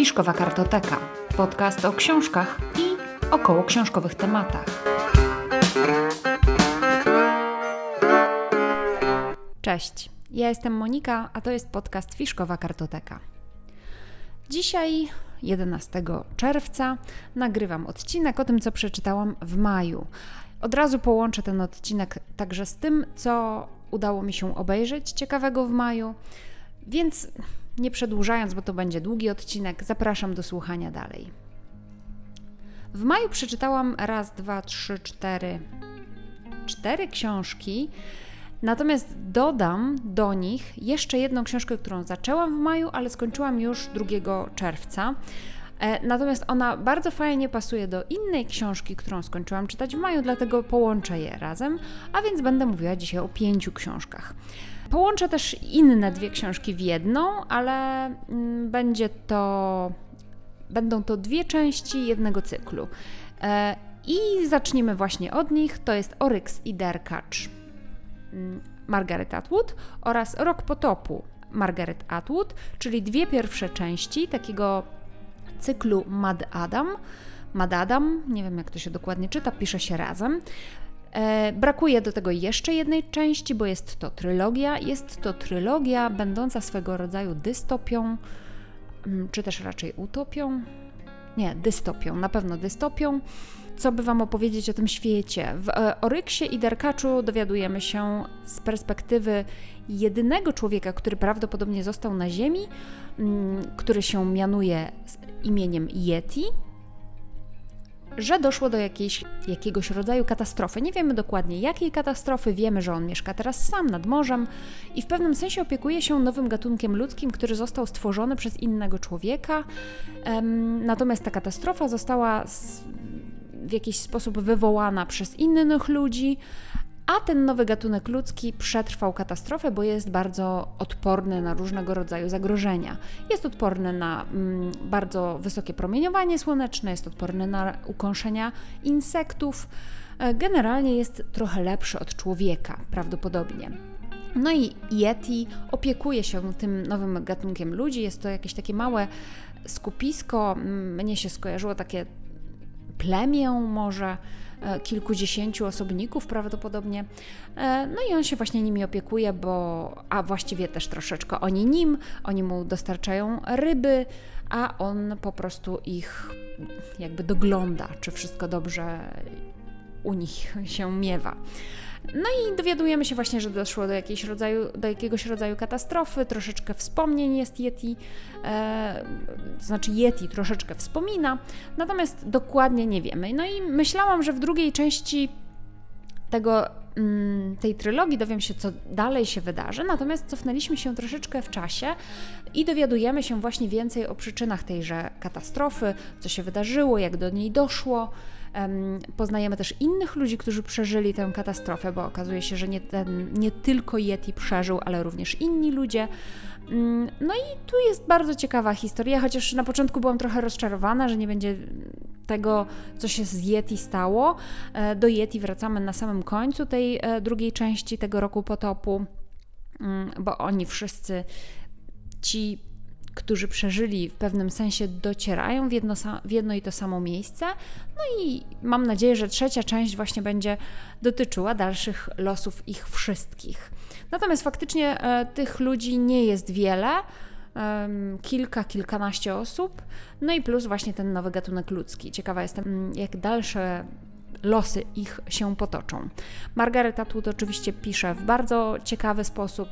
Fiszkowa Kartoteka. Podcast o książkach i około książkowych tematach. Cześć, ja jestem Monika, a to jest podcast Fiszkowa Kartoteka. Dzisiaj, 11 czerwca, nagrywam odcinek o tym, co przeczytałam w maju. Od razu połączę ten odcinek także z tym, co udało mi się obejrzeć ciekawego w maju, więc nie przedłużając, bo to będzie długi odcinek, zapraszam do słuchania dalej. W maju przeczytałam cztery książki, natomiast dodam do nich jeszcze jedną książkę, którą zaczęłam w maju, ale skończyłam już 2 czerwca. Natomiast ona bardzo fajnie pasuje do innej książki, którą skończyłam czytać w maju, dlatego połączę je razem, a więc będę mówiła dzisiaj o 5 książkach. Połączę też inne 2 książki w jedną, ale będą to 2 części jednego cyklu. I zaczniemy właśnie od nich. To jest Oryx i Derkacz Margaret Atwood oraz Rok potopu Margaret Atwood, czyli 2 pierwsze części takiego cyklu Mad Adam, nie wiem jak to się dokładnie czyta, pisze się razem. Brakuje do tego jeszcze jednej części, bo jest to trylogia. Jest to trylogia będąca swego rodzaju dystopią, czy też raczej utopią? Nie, dystopią, na pewno dystopią. Co by Wam opowiedzieć o tym świecie? W Oryxie i Derkaczu dowiadujemy się z perspektywy jedynego człowieka, który prawdopodobnie został na Ziemi, który się mianuje imieniem Yeti, że doszło do jakiegoś rodzaju katastrofy. Nie wiemy dokładnie jakiej katastrofy, wiemy, że on mieszka teraz sam nad morzem i w pewnym sensie opiekuje się nowym gatunkiem ludzkim, który został stworzony przez innego człowieka. Natomiast ta katastrofa została w jakiś sposób wywołana przez innych ludzi, a ten nowy gatunek ludzki przetrwał katastrofę, bo jest bardzo odporny na różnego rodzaju zagrożenia. Jest odporny na bardzo wysokie promieniowanie słoneczne, jest odporny na ukąszenia insektów. Generalnie jest trochę lepszy od człowieka, prawdopodobnie. No i Yeti opiekuje się tym nowym gatunkiem ludzi. Jest to jakieś takie małe skupisko, mnie się skojarzyło takie plemię może, kilkudziesięciu osobników prawdopodobnie. No i on się właśnie nimi opiekuje, a właściwie też troszeczkę oni mu dostarczają ryby, a on po prostu ich jakby dogląda, czy wszystko dobrze u nich się miewa. No i dowiadujemy się właśnie, że doszło do jakiegoś rodzaju katastrofy, troszeczkę wspomnień jest Yeti, to znaczy Yeti troszeczkę wspomina, natomiast dokładnie nie wiemy. No i myślałam, że w drugiej części tej trylogii dowiem się, co dalej się wydarzy, natomiast cofnęliśmy się troszeczkę w czasie i dowiadujemy się właśnie więcej o przyczynach tejże katastrofy, co się wydarzyło, jak do niej doszło. Poznajemy też innych ludzi, którzy przeżyli tę katastrofę, bo okazuje się, że nie tylko Yeti przeżył, ale również inni ludzie. No i tu jest bardzo ciekawa historia, chociaż na początku byłam trochę rozczarowana, że nie będzie tego, co się z Yeti stało. Do Yeti wracamy na samym końcu tej drugiej części tego Roku potopu, bo oni wszyscy ci, którzy przeżyli, w pewnym sensie docierają w jedno i to samo miejsce. No i mam nadzieję, że 3. część właśnie będzie dotyczyła dalszych losów ich wszystkich. Natomiast faktycznie tych ludzi nie jest wiele, kilkanaście osób, no i plus właśnie ten nowy gatunek ludzki. Ciekawa jestem, jak dalsze losy ich się potoczą. Margaret Atwood oczywiście pisze w bardzo ciekawy sposób,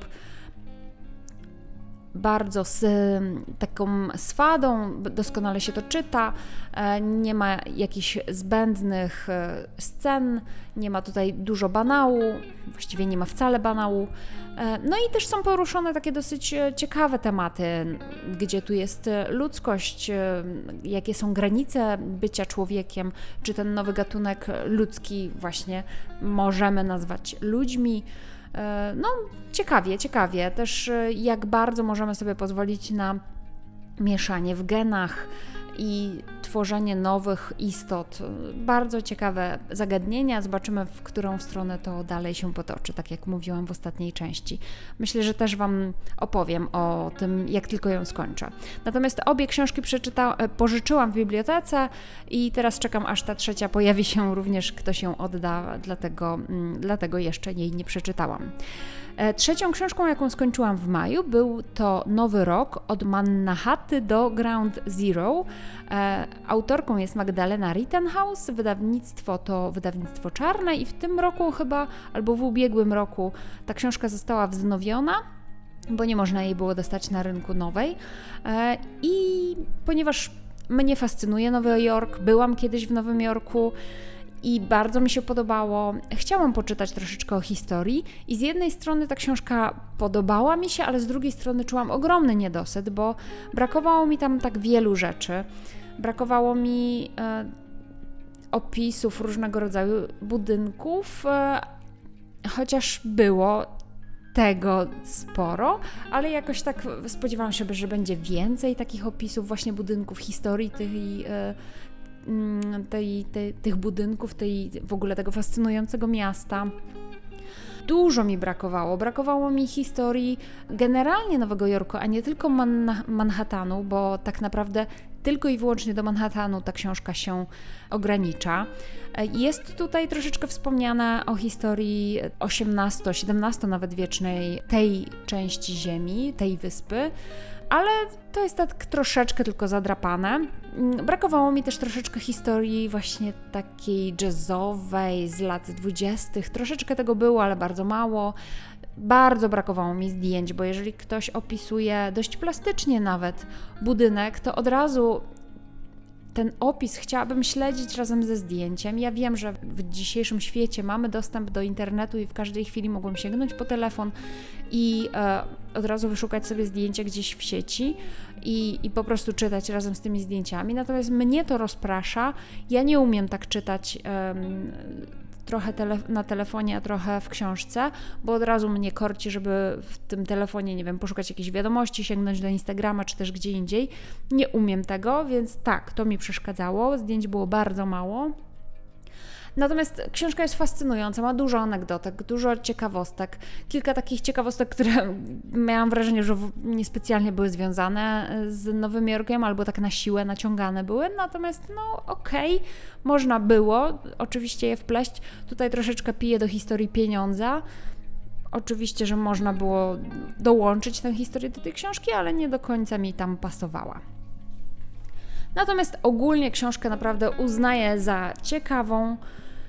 bardzo z taką swadą, doskonale się to czyta, nie ma jakichś zbędnych scen, nie ma tutaj dużo banału, właściwie nie ma wcale banału. No i też są poruszone takie dosyć ciekawe tematy, gdzie tu jest ludzkość, jakie są granice bycia człowiekiem, czy ten nowy gatunek ludzki właśnie możemy nazwać ludźmi. No, ciekawie. Też jak bardzo możemy sobie pozwolić na mieszanie w genach i tworzenie nowych istot. Bardzo ciekawe zagadnienia. Zobaczymy, w którą stronę to dalej się potoczy, tak jak mówiłam w ostatniej części. Myślę, że też Wam opowiem o tym, jak tylko ją skończę. Natomiast obie książki pożyczyłam w bibliotece i teraz czekam, aż ta trzecia pojawi się również, kto się odda, dlatego jeszcze jej nie przeczytałam. Trzecią książką, jaką skończyłam w maju, był to Nowy Rok od Manhatty do Ground Zero. Autorką jest Magdalena Rittenhouse, wydawnictwo to wydawnictwo Czarne i w tym roku chyba, albo w ubiegłym roku ta książka została wznowiona, bo nie można jej było dostać na rynku nowej. I ponieważ mnie fascynuje Nowy Jork, byłam kiedyś w Nowym Jorku, i bardzo mi się podobało. Chciałam poczytać troszeczkę o historii i z jednej strony ta książka podobała mi się, ale z drugiej strony czułam ogromny niedosyt, bo brakowało mi tam tak wielu rzeczy. Brakowało mi opisów różnego rodzaju budynków, chociaż było tego sporo, ale jakoś tak spodziewałam się, że będzie więcej takich opisów właśnie budynków, historii tych budynków, w ogóle tego fascynującego miasta. Dużo mi brakowało. Brakowało mi historii generalnie Nowego Jorku, a nie tylko Manhattanu, bo tak naprawdę tylko i wyłącznie do Manhattanu ta książka się ogranicza. Jest tutaj troszeczkę wspomniane o historii XVIII-XVII nawet wiecznej tej części ziemi, tej wyspy, ale to jest tak troszeczkę tylko zadrapane. Brakowało mi też troszeczkę historii właśnie takiej jazzowej z lat 20. Troszeczkę tego było, ale bardzo mało. Bardzo brakowało mi zdjęć, bo jeżeli ktoś opisuje dość plastycznie nawet budynek, to od razu ten opis chciałabym śledzić razem ze zdjęciem. Ja wiem, że w dzisiejszym świecie mamy dostęp do internetu i w każdej chwili mogłem sięgnąć po telefon i od razu wyszukać sobie zdjęcie gdzieś w sieci i po prostu czytać razem z tymi zdjęciami. Natomiast mnie to rozprasza. Ja nie umiem tak czytać trochę na telefonie, a trochę w książce, bo od razu mnie korci, żeby w tym telefonie, nie wiem, poszukać jakichś wiadomości, sięgnąć do Instagrama, czy też gdzie indziej. Nie umiem tego, więc tak, to mi przeszkadzało. Zdjęć było bardzo mało. Natomiast książka jest fascynująca, ma dużo anegdotek, dużo ciekawostek. Kilka takich ciekawostek, które miałam wrażenie, że niespecjalnie były związane z Nowym Jorkiem albo tak na siłę naciągane były. Natomiast okej, można było oczywiście je wpleść. Tutaj troszeczkę piję do historii pieniądza. Oczywiście, że można było dołączyć tę historię do tej książki, ale nie do końca mi tam pasowała. Natomiast ogólnie książkę naprawdę uznaję za ciekawą.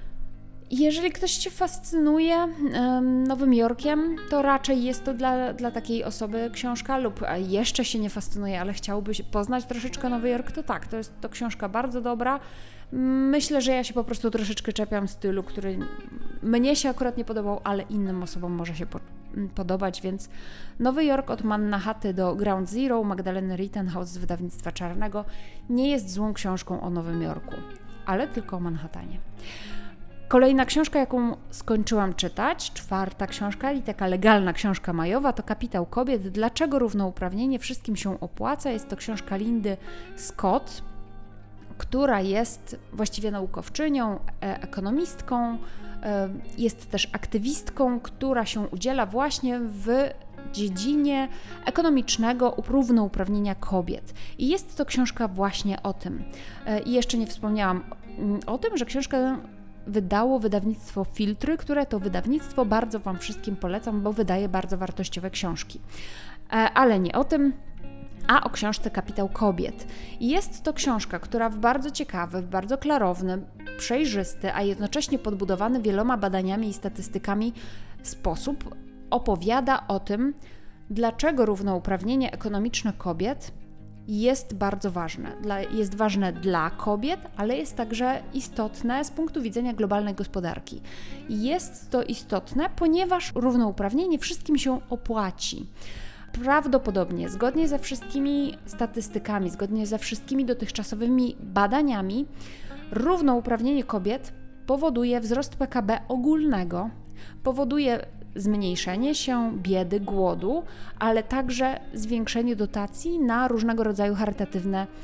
Jeżeli ktoś Cię fascynuje Nowym Jorkiem, to raczej jest to dla takiej osoby książka, lub jeszcze się nie fascynuje, ale chciałby poznać troszeczkę Nowy Jork, to tak, to jest to książka bardzo dobra. Myślę, że ja się po prostu troszeczkę czepiam stylu, który mnie się akurat nie podobał, ale innym osobom może się podobać, więc Nowy Jork od Manhatty do Ground Zero Magdaleny Rittenhouse z wydawnictwa Czarnego nie jest złą książką o Nowym Jorku, ale tylko o Manhattanie. Kolejna książka, jaką skończyłam czytać, czwarta książka i taka legalna książka majowa, to Kapitał Kobiet. Dlaczego równouprawnienie wszystkim się opłaca? Jest to książka Lindy Scott, która jest właściwie naukowczynią, ekonomistką, jest też aktywistką, która się udziela właśnie w dziedzinie ekonomicznego równouprawnienia kobiet. I jest to książka właśnie o tym. I jeszcze nie wspomniałam o tym, że książkę wydało wydawnictwo Filtry, które to wydawnictwo bardzo Wam wszystkim polecam, bo wydaje bardzo wartościowe książki. Ale nie o tym, a o książce Kapitał Kobiet. I jest to książka, która w bardzo ciekawy, w bardzo klarowny, przejrzysty, a jednocześnie podbudowany wieloma badaniami i statystykami sposób opowiada o tym, dlaczego równouprawnienie ekonomiczne kobiet jest bardzo ważne. Jest ważne dla kobiet, ale jest także istotne z punktu widzenia globalnej gospodarki. Jest to istotne, ponieważ równouprawnienie wszystkim się opłaci. Prawdopodobnie, zgodnie ze wszystkimi statystykami, zgodnie ze wszystkimi dotychczasowymi badaniami, równouprawnienie kobiet powoduje wzrost PKB ogólnego, powoduje zmniejszenie się biedy, głodu, ale także zwiększenie dotacji na różnego rodzaju charytatywne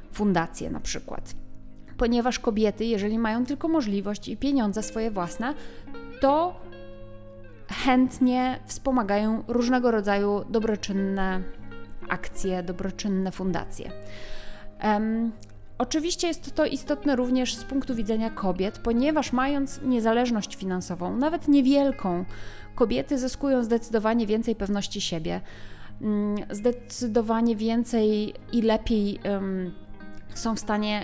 fundacje na przykład. Ponieważ kobiety, jeżeli mają tylko możliwość i pieniądze swoje własne, to chętnie wspomagają różnego rodzaju dobroczynne akcje, dobroczynne fundacje. Oczywiście jest to istotne również z punktu widzenia kobiet, ponieważ mając niezależność finansową, nawet niewielką, kobiety zyskują zdecydowanie więcej pewności siebie, zdecydowanie więcej i lepiej są w stanie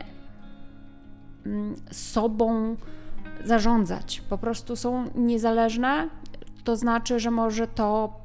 sobą zarządzać. Po prostu są niezależne, to znaczy, że może to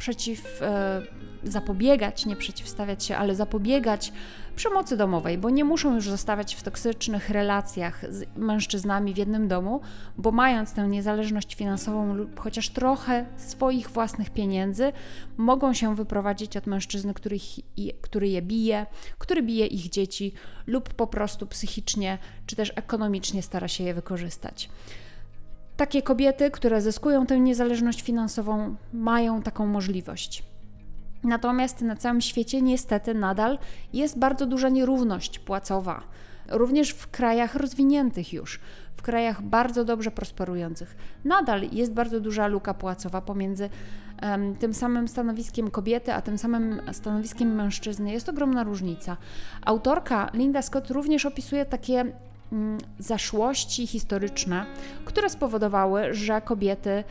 zapobiegać, nie przeciwstawiać się, ale zapobiegać przemocy domowej, bo nie muszą już zostawać w toksycznych relacjach z mężczyznami w jednym domu, bo mając tę niezależność finansową lub chociaż trochę swoich własnych pieniędzy, mogą się wyprowadzić od mężczyzny, który je bije, który bije ich dzieci lub po prostu psychicznie czy też ekonomicznie stara się je wykorzystać. Takie kobiety, które zyskują tę niezależność finansową, mają taką możliwość. Natomiast na całym świecie niestety nadal jest bardzo duża nierówność płacowa. Również w krajach rozwiniętych już, w krajach bardzo dobrze prosperujących. Nadal jest bardzo duża luka płacowa pomiędzy tym samym stanowiskiem kobiety, a tym samym stanowiskiem mężczyzny. Jest ogromna różnica. Autorka Linda Scott również opisuje takie zaszłości historyczne, które spowodowały, że kobiety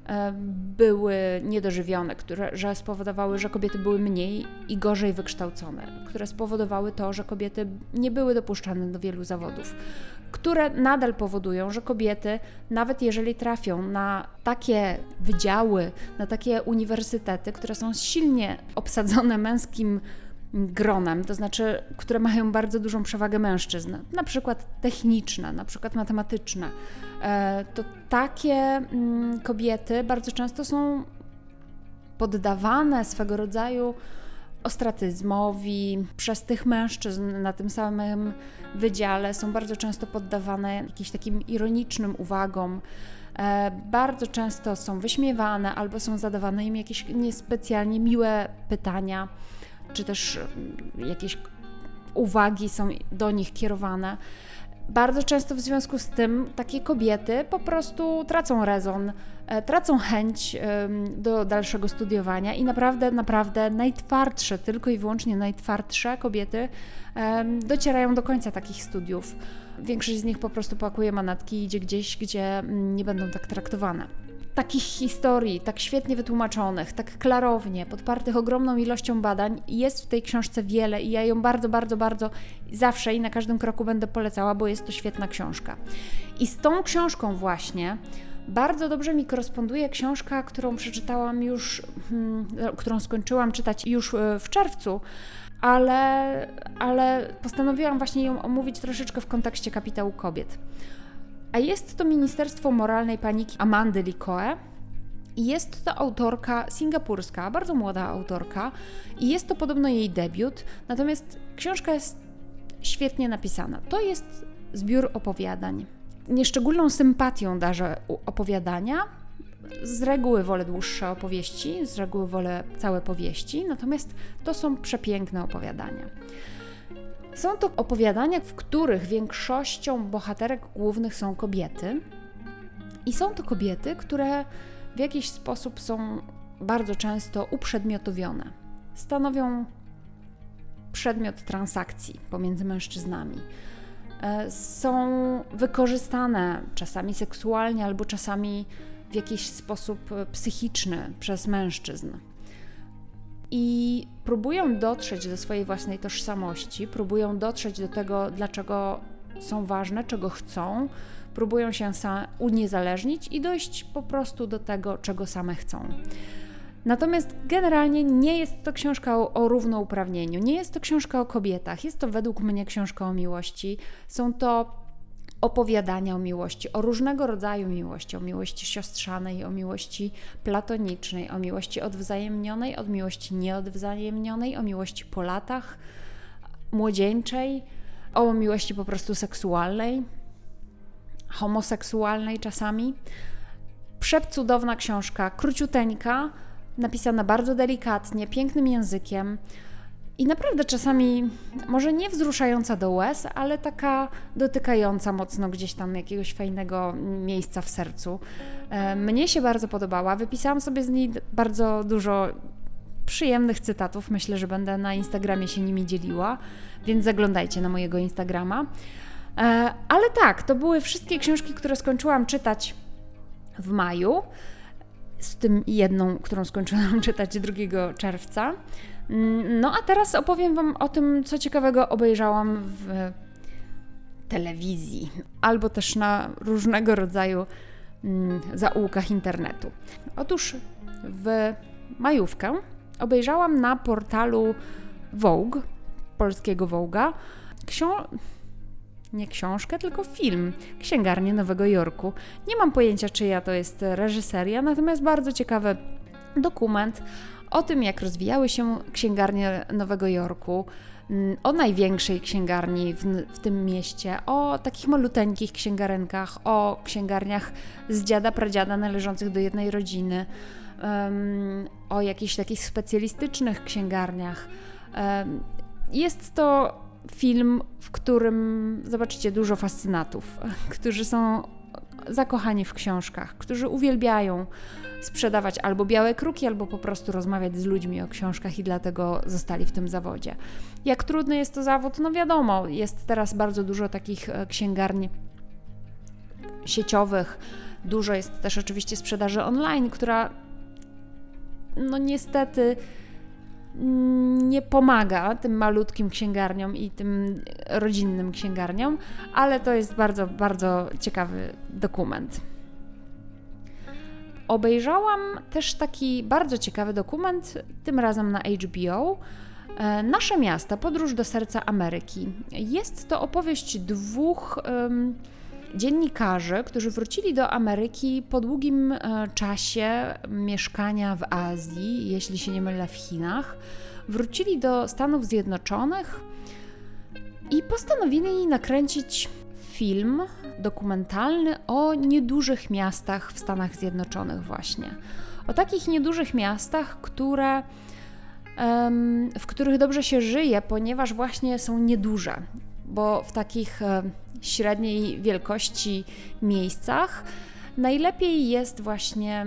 były niedożywione, że spowodowały, że kobiety były mniej i gorzej wykształcone, które spowodowały to, że kobiety nie były dopuszczane do wielu zawodów, które nadal powodują, że kobiety, nawet jeżeli trafią na takie wydziały, na takie uniwersytety, które są silnie obsadzone męskim gronem, to znaczy, które mają bardzo dużą przewagę mężczyzn, na przykład techniczne, na przykład matematyczne, to takie kobiety bardzo często są poddawane swego rodzaju ostracyzmowi przez tych mężczyzn na tym samym wydziale, są bardzo często poddawane jakimś takim ironicznym uwagom, bardzo często są wyśmiewane albo są zadawane im jakieś niespecjalnie miłe pytania, czy też jakieś uwagi są do nich kierowane. Bardzo często w związku z tym takie kobiety po prostu tracą rezon, tracą chęć do dalszego studiowania i naprawdę najtwardsze, tylko i wyłącznie najtwardsze kobiety docierają do końca takich studiów. Większość z nich po prostu pakuje manatki i idzie gdzieś, gdzie nie będą tak traktowane. Takich historii, tak świetnie wytłumaczonych, tak klarownie, podpartych ogromną ilością badań jest w tej książce wiele i ja ją bardzo zawsze i na każdym kroku będę polecała, bo jest to świetna książka. I z tą książką właśnie bardzo dobrze mi koresponduje książka, którą przeczytałam już, którą skończyłam czytać już w czerwcu, ale postanowiłam właśnie ją omówić troszeczkę w kontekście kapitału kobiet. A jest to Ministerstwo Moralnej Paniki Amandy Likoe i jest to autorka singapurska, bardzo młoda autorka i jest to podobno jej debiut, natomiast książka jest świetnie napisana. To jest zbiór opowiadań. Nieszczególną sympatią darzę opowiadania. Z reguły wolę dłuższe opowieści, z reguły wolę całe powieści, natomiast to są przepiękne opowiadania. Są to opowiadania, w których większością bohaterek głównych są kobiety i są to kobiety, które w jakiś sposób są bardzo często uprzedmiotowione. Stanowią przedmiot transakcji pomiędzy mężczyznami. Są wykorzystane czasami seksualnie albo czasami w jakiś sposób psychiczny przez mężczyzn. I próbują dotrzeć do swojej własnej tożsamości, próbują dotrzeć do tego, dlaczego są ważne, czego chcą, próbują się uniezależnić i dojść po prostu do tego, czego same chcą. Natomiast generalnie nie jest to książka o równouprawnieniu, nie jest to książka o kobietach, jest to według mnie książka o miłości. Są to opowiadania o miłości, o różnego rodzaju miłości, o miłości siostrzanej, o miłości platonicznej, o miłości odwzajemnionej, o miłości nieodwzajemnionej, o miłości po latach, młodzieńczej, o miłości po prostu seksualnej, homoseksualnej czasami. Przecudowna książka, króciuteńka, napisana bardzo delikatnie, pięknym językiem. I naprawdę czasami, może nie wzruszająca do łez, ale taka dotykająca mocno gdzieś tam jakiegoś fajnego miejsca w sercu. Mnie się bardzo podobała, wypisałam sobie z niej bardzo dużo przyjemnych cytatów, myślę, że będę na Instagramie się nimi dzieliła, więc zaglądajcie na mojego Instagrama. Ale tak, to były wszystkie książki, które skończyłam czytać w maju, z tym jedną, którą skończyłam czytać 2 czerwca. No a teraz opowiem Wam o tym, co ciekawego obejrzałam w telewizji, albo też na różnego rodzaju zaułkach internetu. Otóż w majówkę obejrzałam na portalu Vogue, polskiego Vogue'a, nie książkę, tylko film Księgarnię Nowego Jorku. Nie mam pojęcia, czyja to jest reżyseria, natomiast bardzo ciekawy dokument o tym, jak rozwijały się księgarnie Nowego Jorku, o największej księgarni w tym mieście, o takich maluteńkich księgarenkach, o księgarniach z dziada, pradziada należących do jednej rodziny, o jakichś takich specjalistycznych księgarniach. Jest to film, w którym zobaczycie dużo fascynatów, którzy są zakochani w książkach, którzy uwielbiają sprzedawać albo białe kruki, albo po prostu rozmawiać z ludźmi o książkach i dlatego zostali w tym zawodzie. Jak trudny jest to zawód? No wiadomo, jest teraz bardzo dużo takich księgarni sieciowych, dużo jest też oczywiście sprzedaży online, która no niestety nie pomaga tym malutkim księgarniom i tym rodzinnym księgarniom, ale to jest bardzo, bardzo ciekawy dokument. Obejrzałam też taki bardzo ciekawy dokument, tym razem na HBO, Nasze miasta, podróż do serca Ameryki. Jest to opowieść 2 dziennikarzy, którzy wrócili do Ameryki po długim czasie mieszkania w Azji, jeśli się nie mylę w Chinach. Wrócili do Stanów Zjednoczonych i postanowili nakręcić film dokumentalny o niedużych miastach w Stanach Zjednoczonych właśnie. O takich niedużych miastach, w których dobrze się żyje, ponieważ właśnie są nieduże, bo w takich średniej wielkości miejscach najlepiej jest właśnie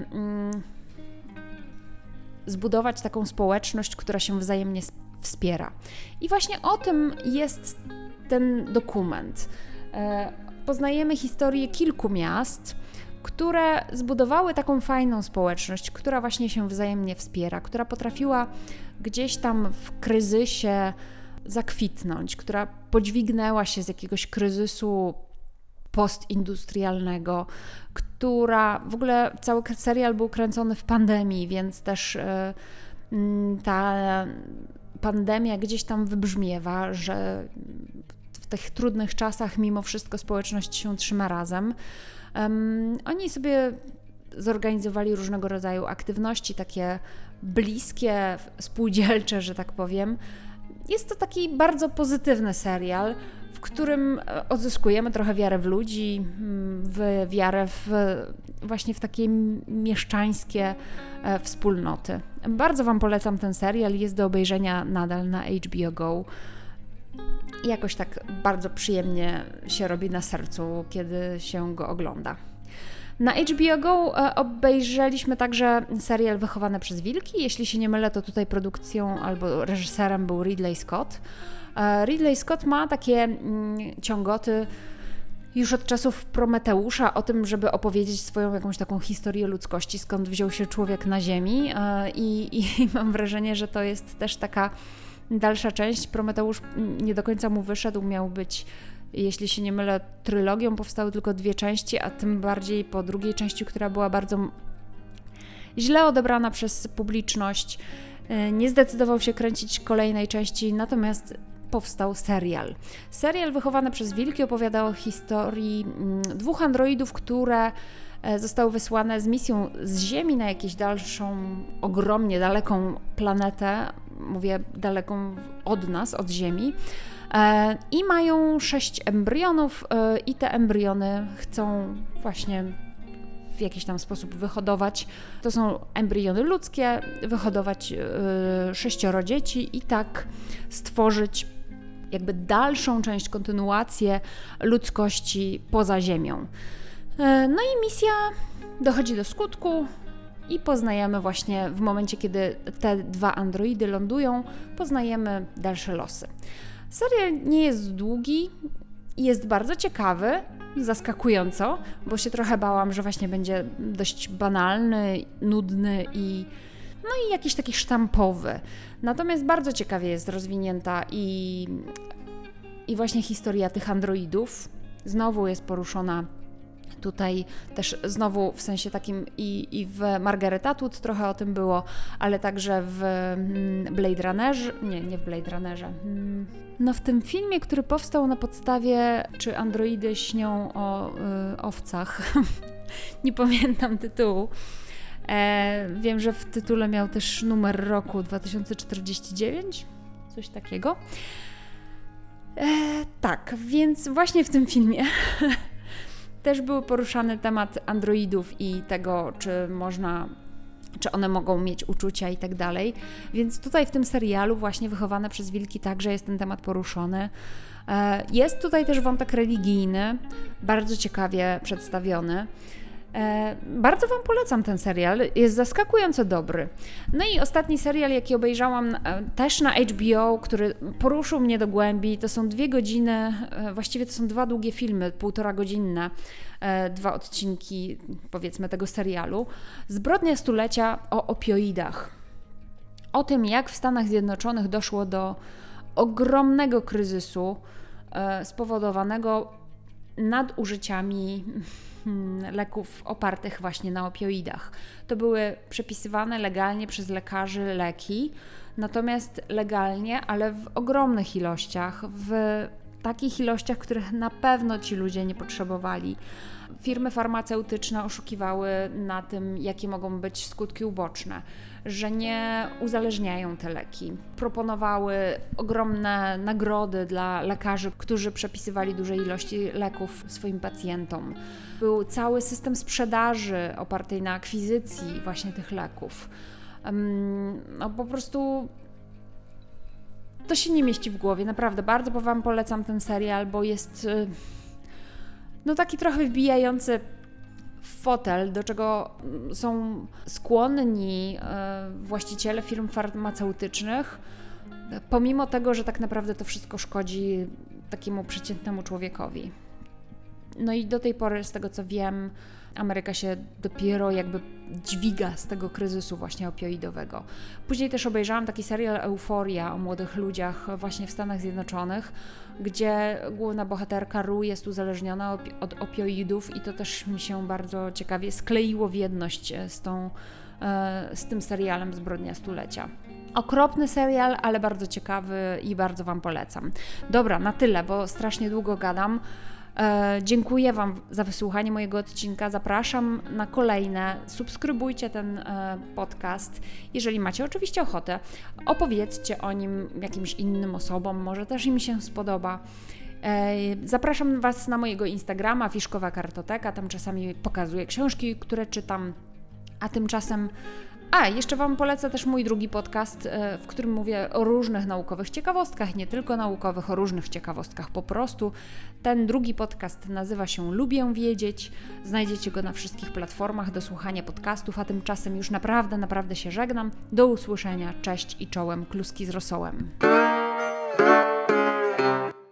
zbudować taką społeczność, która się wzajemnie wspiera. I właśnie o tym jest ten dokument. Poznajemy historię kilku miast, które zbudowały taką fajną społeczność, która właśnie się wzajemnie wspiera, która potrafiła gdzieś tam w kryzysie zakwitnąć, która podźwignęła się z jakiegoś kryzysu postindustrialnego, która w ogóle cały serial był kręcony w pandemii, więc też ta pandemia gdzieś tam wybrzmiewa, że w tych trudnych czasach mimo wszystko społeczność się trzyma razem. Oni sobie zorganizowali różnego rodzaju aktywności, takie bliskie, spółdzielcze, że tak powiem. Jest to taki bardzo pozytywny serial, w którym odzyskujemy trochę wiarę w ludzi, wiarę właśnie w takie mieszczańskie wspólnoty. Bardzo Wam polecam ten serial, jest do obejrzenia nadal na HBO Go. I jakoś tak bardzo przyjemnie się robi na sercu, kiedy się go ogląda. Na HBO Go obejrzeliśmy także serial Wychowane przez wilki. Jeśli się nie mylę, to tutaj produkcją albo reżyserem był Ridley Scott. Ridley Scott ma takie ciągoty już od czasów Prometeusza o tym, żeby opowiedzieć swoją jakąś taką historię ludzkości, skąd wziął się człowiek na ziemi i mam wrażenie, że to jest też taka dalsza część. Prometeusz nie do końca mu wyszedł, miał być, jeśli się nie mylę, trylogią, powstały tylko 2 części, a tym bardziej po drugiej części, która była bardzo źle odebrana przez publiczność. Nie zdecydował się kręcić kolejnej części, natomiast powstał serial. Serial Wychowane przez wilki opowiada o historii 2 androidów, które zostały wysłane z misją z Ziemi na jakąś dalszą, ogromnie daleką planetę, mówię daleką od nas, od Ziemi, i mają 6 embrionów i te embriony chcą właśnie w jakiś tam sposób wyhodować. To są embriony ludzkie, wyhodować 6 dzieci i tak stworzyć jakby dalszą część, kontynuację ludzkości poza Ziemią. No i misja dochodzi do skutku i poznajemy właśnie w momencie, kiedy te 2 androidy lądują, poznajemy dalsze losy. Serial nie jest długi, jest bardzo ciekawy, zaskakująco, bo się trochę bałam, że właśnie będzie dość banalny, nudny i jakiś taki sztampowy. Natomiast bardzo ciekawie jest rozwinięta i właśnie historia tych androidów. Znowu jest poruszona tutaj też znowu w sensie takim i w Margaret Atwood trochę o tym było, ale także w Blade Runnerze, nie w Blade Runnerze, no w tym filmie, który powstał na podstawie Czy androidy śnią o owcach, nie pamiętam tytułu. Wiem, że w tytule miał też numer roku 2049, coś takiego. Tak, więc właśnie w tym filmie też był poruszany temat androidów i tego, czy one mogą mieć uczucia i tak dalej. Więc tutaj w tym serialu właśnie Wychowane przez wilki także jest ten temat poruszony. Jest tutaj też wątek religijny, bardzo ciekawie przedstawiony. Bardzo Wam polecam ten serial, jest zaskakująco dobry. No i ostatni serial, jaki obejrzałam też na HBO, który poruszył mnie do głębi, to są 2 godziny, właściwie to są 2 długie filmy, 1,5-godzinne, 2 odcinki powiedzmy tego serialu. Zbrodnia stulecia o opioidach. O tym, jak w Stanach Zjednoczonych doszło do ogromnego kryzysu spowodowanego nadużyciami leków opartych właśnie na opioidach. To były przepisywane legalnie przez lekarzy leki, natomiast legalnie, ale w ogromnych ilościach, w takich ilościach, których na pewno ci ludzie nie potrzebowali. Firmy farmaceutyczne oszukiwały na tym, jakie mogą być skutki uboczne, że nie uzależniają te leki. Proponowały ogromne nagrody dla lekarzy, którzy przepisywali duże ilości leków swoim pacjentom. Był cały system sprzedaży opartej na akwizycji właśnie tych leków. No po prostu to się nie mieści w głowie, naprawdę. Bardzo Wam polecam ten serial, bo jest taki trochę wbijający w fotel, do czego są skłonni właściciele firm farmaceutycznych, pomimo tego, że tak naprawdę to wszystko szkodzi takiemu przeciętnemu człowiekowi. No i do tej pory, z tego co wiem, Ameryka się dopiero jakby dźwiga z tego kryzysu właśnie opioidowego. Później też obejrzałam taki serial Euforia o młodych ludziach właśnie w Stanach Zjednoczonych, gdzie główna bohaterka Rue jest uzależniona od opioidów i to też mi się bardzo ciekawie skleiło w jedność z tym serialem Zbrodnia stulecia. Okropny serial, ale bardzo ciekawy i bardzo Wam polecam. Dobra, na tyle, bo strasznie długo gadam. Dziękuję Wam za wysłuchanie mojego odcinka. Zapraszam na kolejne. Subskrybujcie ten podcast, jeżeli macie oczywiście ochotę. Opowiedzcie o nim jakimś innym osobom, może też im się spodoba. Zapraszam Was na mojego Instagrama, Fiszkowa Kartoteka, tam czasami pokazuję książki, które czytam, a tymczasem jeszcze Wam polecę też mój drugi podcast, w którym mówię o różnych naukowych ciekawostkach, nie tylko naukowych, o różnych ciekawostkach po prostu. Ten drugi podcast nazywa się Lubię Wiedzieć. Znajdziecie go na wszystkich platformach do słuchania podcastów, a tymczasem już naprawdę się żegnam. Do usłyszenia. Cześć i czołem. Kluski z rosołem.